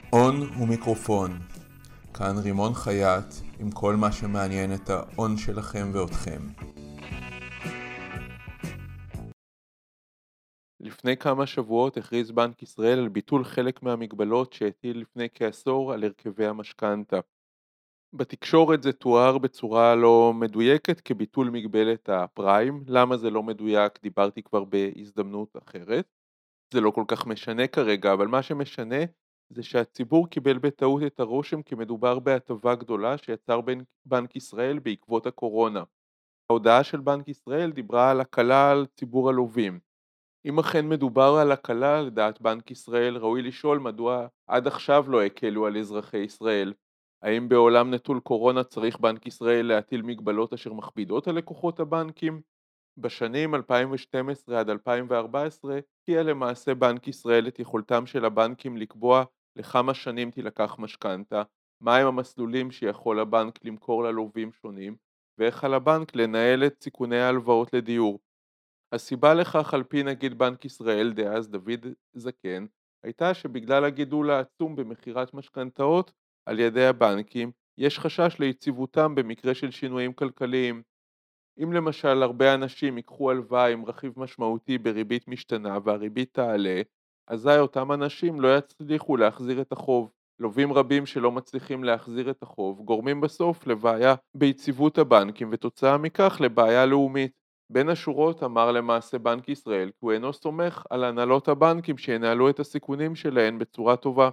און ומיקרופון, כאן רימון חייט עם כל מה שמעניין את האון שלכם ואתכם. לפני כמה שבועות הכריז בנק ישראל על ביטול חלק מהמגבלות שהטיל לפני כעשור על הרכבי המשכנתא. בתקשורת זה תואר בצורה לא מדויקת כביטול מגבלת הפריים. למה זה לא מדויק? דיברתי כבר בהזדמנות אחרת. זה לא כל כך משנה כרגע, אבל מה שמשנה זה שהציבור קיבל בטעות את הרושם כי מדובר בהטבה גדולה שיצר בנק ישראל בעקבות הקורונה. ההודעה של בנק ישראל דיברה על הקלה על ציבור הלווים. אם אכן מדובר על הקלה, לדעת בנק ישראל ראוי לשאול מדוע עד עכשיו לא הקלו על אזרחי ישראל. האם בעולם נטול קורונה צריך בנק ישראל להטיל מגבלות אשר מכבידות על לקוחות הבנקים? בשנים 2012 עד 2014 הקפיאה למעשה בנק ישראל את יכולתם של הבנקים לקבוע לכמה שנים תילקח משכנתא, מהם המסלולים שיכול הבנק למכור ללווים שונים, ואיך על הבנק לנהל את סיכוני ההלוואות לדיור. הסיבה לכך על פי נגיד בנק ישראל דאז דוד זקן הייתה שבגלל הגידול העצום במכירת משכנתאות על ידי הבנקים יש חשש ליציבותם במקרה של שינויים כלכליים. אם למשל הרבה אנשים ייקחו הלוואה עם רכיב משמעותי בריבית משתנה והריבית תעלה, אזי אותם אנשים לא יצליחו להחזיר את החוב. לווים רבים שלא מצליחים להחזיר את החוב גורמים בסוף לבעיה ביציבות הבנקים ותוצאה מכך לבעיה לאומית. בין השורות אמר למעשה בנק ישראל כי הוא אינו סומך על הנהלות הבנקים שינהלו את הסיכונים שלהן בצורה טובה.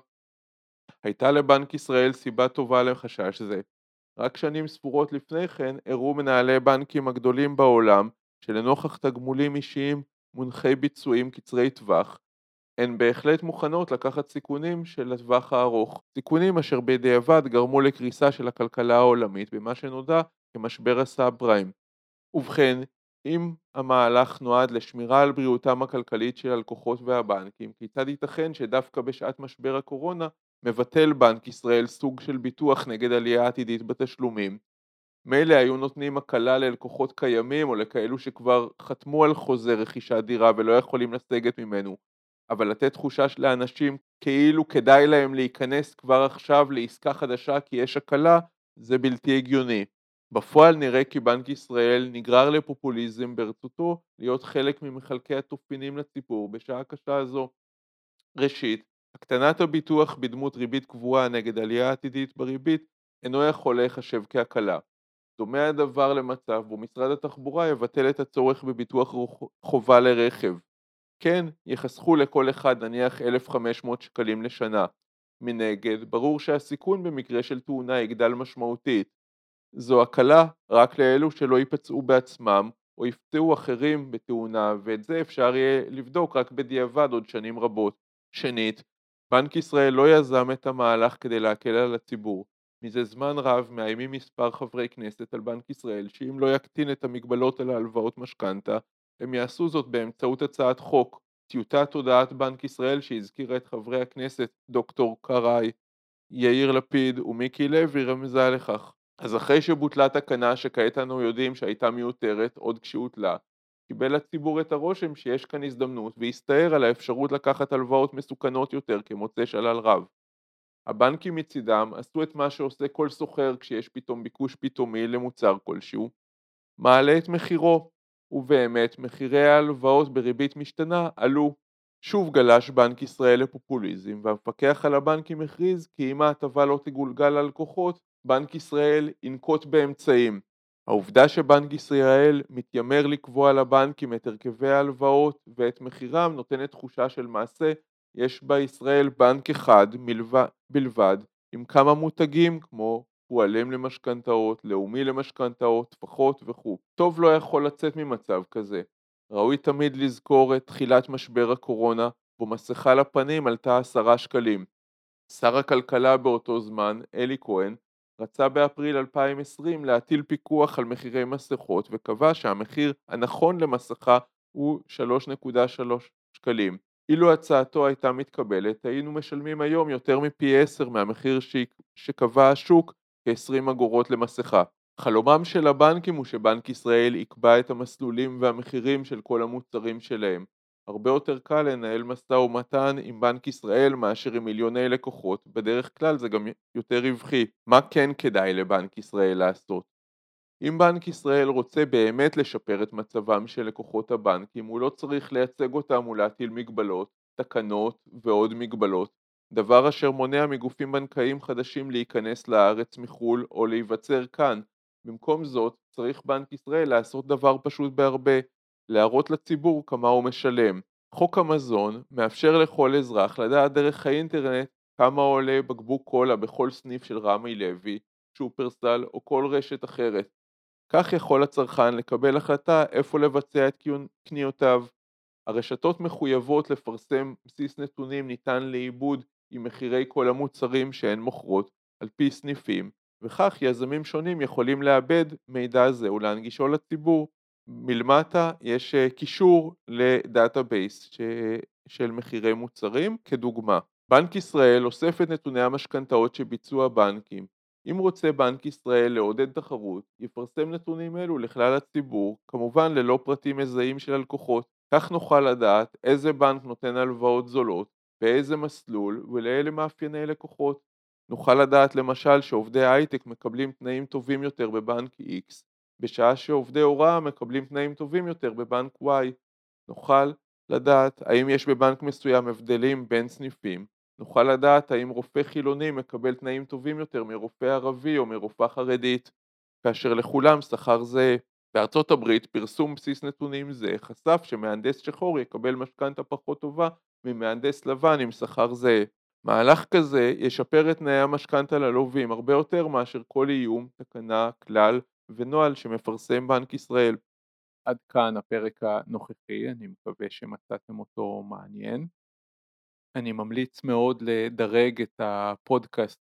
הייתה לבנק ישראל סיבה טובה לחשש זה. רק שנים ספורות לפני כן הראו מנהלי בנקים הגדולים בעולם שלנוכח תגמולים אישיים מונחי ביצועים קצרי טווח, הן בהחלט מוכנות לקחת סיכונים של הטווח הארוך, סיכונים אשר בדיעבד גרמו לקריסה של הכלכלה העולמית במה שנודע כמשבר הסאב פריים. ובכן, אם המהלך נועד לשמירה על בריאותם הכלכלית של הלקוחות והבנקים, כיצד ייתכן שדווקא בשעת משבר הקורונה מבטל בנק ישראל סוג של ביטוח נגד עלייה עתידית בתשלומים? מילא היו נותנים הקלה ללקוחות קיימים או לכאלו שכבר חתמו על חוזה רכישת דירה ולא יכולים לסגת ממנו, אבל לתת תחושה לאנשים כאילו כדאי להם להיכנס כבר עכשיו לעסקה חדשה כי יש הקלה, זה בלתי הגיוני. בפועל נראה כי בנק ישראל נגרר לפופוליזם ברצותו להיות חלק ממחלקי התופינים לציבור בשעה קשה הזו. ראשית, הקטנת הביטוח בדמות ריבית קבועה נגד עלייה עתידית בריבית אינו יכול להיחשב כהקלה. דומה הדבר למצב בו משרד התחבורה יבטל את הצורך בביטוח חובה לרכב. כן, יחסכו לכל אחד נניח 1,500 שקלים לשנה. מנגד, ברור שהסיכון במקרה של תאונה יגדל משמעותית. זו הקלה רק לאלו שלא ייפצעו בעצמם או יפצעו אחרים בתאונה, ואת זה אפשר יהיה לבדוק רק בדיעבד עוד שנים רבות. שנית, בנק ישראל לא יזם את המהלך כדי להקל על הציבור. מזה זמן רב מאיימים מספר חברי כנסת על בנק ישראל שאם לא יקטין את המגבלות על ההלוואות משכנתא, הם יעשו זאת באמצעות הצעת חוק. טיוטת הודעת בנק ישראל שהזכירה את חברי הכנסת דוקטור קראי, יאיר לפיד ומיקי לוי רמזה לכך. אז אחרי שבוטלה תקנה שכעת אנו יודעים שהייתה מיותרת עוד כשהוטלה, קיבל הציבור את הרושם שיש כאן הזדמנות והסתער על האפשרות לקחת הלוואות מסוכנות יותר כמוצא שלל רב. הבנקים מצידם עשו את מה שעושה כל סוחר כשיש פתאום ביקוש פתאומי למוצר כלשהו, מעלה את מחירו, ובאמת מחירי ההלוואות בריבית משתנה עלו. שוב גלש בנק ישראל לפופוליזם, והמפקח על הבנקים הכריז כי אם ההטבה לא תגולגל ללקוחות, בנק ישראל ינקוט באמצעים. העובדה שבנק ישראל מתיימר לקבוע לבנקים את הרכבי ההלוואות ואת מחירם נותנת תחושה של מעשה יש בישראל בנק אחד בלבד עם כמה מותגים כמו פועלים למשכנתאות, לאומי למשכנתאות, טפחות וכו'. טוב לא יכול לצאת ממצב כזה. ראוי תמיד לזכור את תחילת משבר הקורונה, בו מסכה לפנים עלתה 10 שקלים. שר הכלכלה באותו זמן, אלי כהן, רצה באפריל 2020 להטיל פיקוח על מחירי מסכות וקבע שהמחיר הנכון למסכה הוא 3.3 שקלים. אילו הצעתו הייתה מתקבלת, היינו משלמים היום יותר מפי 10 מהמחיר שקבע השוק כ-20 אגורות למסכה. חלומם של הבנקים הוא שבנק ישראל יקבע את המסלולים והמחירים של כל המוצרים שלהם. הרבה יותר קל לנהל משא ומתן עם בנק ישראל מאשר עם מיליוני לקוחות, בדרך כלל זה גם יותר רווחי. מה כן כדאי לבנק ישראל לעשות? אם בנק ישראל רוצה באמת לשפר את מצבם של לקוחות הבנקים, הוא לא צריך לייצג אותם ולהטיל מגבלות, תקנות ועוד מגבלות, דבר אשר מונע מגופים בנקאיים חדשים להיכנס לארץ מחול או להיווצר כאן. במקום זאת, צריך בנק ישראל לעשות דבר פשוט בהרבה, להראות לציבור כמה הוא משלם. חוק המזון מאפשר לכל אזרח לדעת דרך האינטרנט כמה עולה בקבוק קולה בכל סניף של רמי לוי, שופרסל או כל רשת אחרת. כך יכול הצרכן לקבל החלטה איפה לבצע את קניותיו. הרשתות מחויבות לפרסם בסיס נתונים ניתן לעיבוד עם מחירי כל המוצרים שהן מוכרות על פי סניפים, וכך יזמים שונים יכולים לאבד מידע זה ולהנגישו לציבור. מלמטה יש קישור לדאטאבייס של מחירי מוצרים כדוגמה. בנק ישראל אוסף את נתוני המשכנתאות שביצעו הבנקים. אם רוצה בנק ישראל לעודד תחרות, יפרסם נתונים אלו לכלל הציבור, כמובן ללא פרטים מזהים של הלקוחות. כך נוכל לדעת איזה בנק נותן הלוואות זולות, באיזה מסלול ולאלה מאפייני לקוחות. נוכל לדעת למשל שעובדי הייטק מקבלים תנאים טובים יותר בבנק X, בשעה שעובדי הוראה מקבלים תנאים טובים יותר בבנק Y. נוכל לדעת האם יש בבנק מסוים הבדלים בין סניפים. נוכל לדעת האם רופא חילוני מקבל תנאים טובים יותר מרופא ערבי או מרופאה חרדית, כאשר לכולם שכר זהה. בארצות הברית פרסום בסיס נתונים זה חשף שמהנדס שחור יקבל משכנתה פחות טובה ממהנדס לבן עם שכר זהה. מהלך כזה ישפר את תנאי המשכנתה ללווים הרבה יותר מאשר כל איום, תקנה, כלל ונוהל שמפרסם בנק ישראל. עד כאן הפרק הנוכחי, אני מקווה שמצאתם אותו מעניין. אני ממליץ מאוד לדרג את הפודקאסט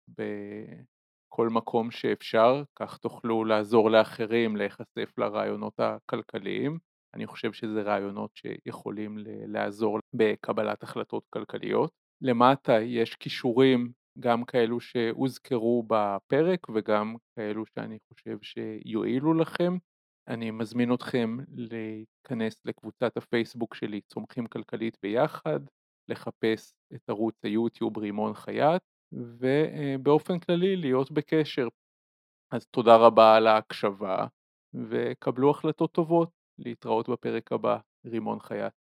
בכל מקום שאפשר, כך תוכלו לעזור לאחרים להיחשף לרעיונות הכלכליים. אני חושב שזה רעיונות שיכולים לעזור בקבלת החלטות כלכליות. למטה יש קישורים, גם כאלו שהוזכרו בפרק וגם כאלו שאני חושב שיועילו לכם. אני מזמין אתכם להיכנס לקבוצת הפייסבוק שלי צומחים כלכלית ביחד, לחפש את ערוץ היוטיוב רימון חייט ובאופן כללי להיות בקשר. אז תודה רבה על ההקשבה וקבלו החלטות טובות. להתראות בפרק הבא. רימון חייט.